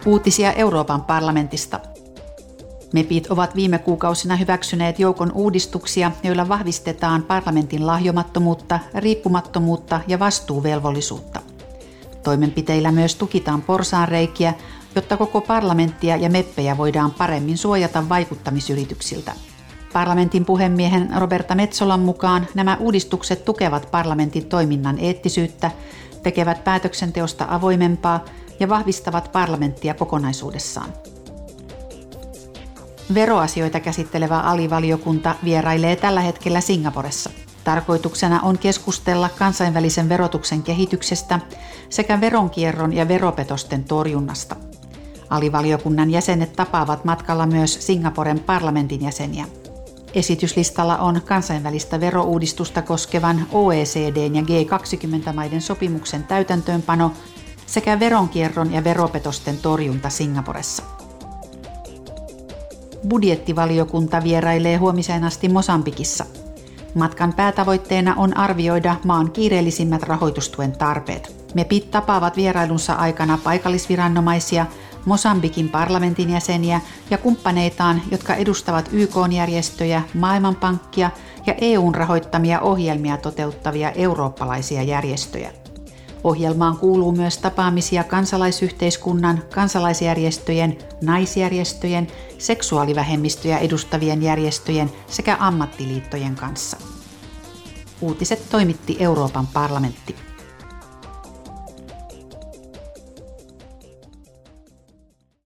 Uutisia Euroopan parlamentista. MEPit ovat viime kuukausina hyväksyneet joukon uudistuksia, joilla vahvistetaan parlamentin lahjomattomuutta, riippumattomuutta ja vastuuvelvollisuutta. Toimenpiteillä myös tukitaan porsaanreikiä, jotta koko parlamenttia ja meppejä voidaan paremmin suojata vaikuttamisyrityksiltä. Parlamentin puhemiehen Roberta Metsolan mukaan nämä uudistukset tukevat parlamentin toiminnan eettisyyttä, tekevät päätöksenteosta avoimempaa ja vahvistavat parlamenttia kokonaisuudessaan. Veroasioita käsittelevä alivaliokunta vierailee tällä hetkellä Singaporessa. Tarkoituksena on keskustella kansainvälisen verotuksen kehityksestä sekä veronkierron ja veropetosten torjunnasta. Alivaliokunnan jäsenet tapaavat matkalla myös Singaporen parlamentin jäseniä. Esityslistalla on kansainvälistä verouudistusta koskevan OECD:n ja G20-maiden sopimuksen täytäntöönpano sekä veronkierron ja veropetosten torjunta Singaporessa. Budjettivaliokunta vierailee huomiseen asti Mosambikissa. Matkan päätavoitteena on arvioida maan kiireellisimmät rahoitustuen tarpeet. MEPit tapaavat vierailunsa aikana paikallisviranomaisia, Mosambikin parlamentin jäseniä ja kumppaneitaan, jotka edustavat YK-järjestöjä, Maailmanpankkia ja EU:n rahoittamia ohjelmia toteuttavia eurooppalaisia järjestöjä. Ohjelmaan kuuluu myös tapaamisia kansalaisyhteiskunnan, kansalaisjärjestöjen, naisjärjestöjen, seksuaalivähemmistöjä edustavien järjestöjen sekä ammattiliittojen kanssa. Uutiset toimitti Euroopan parlamentti.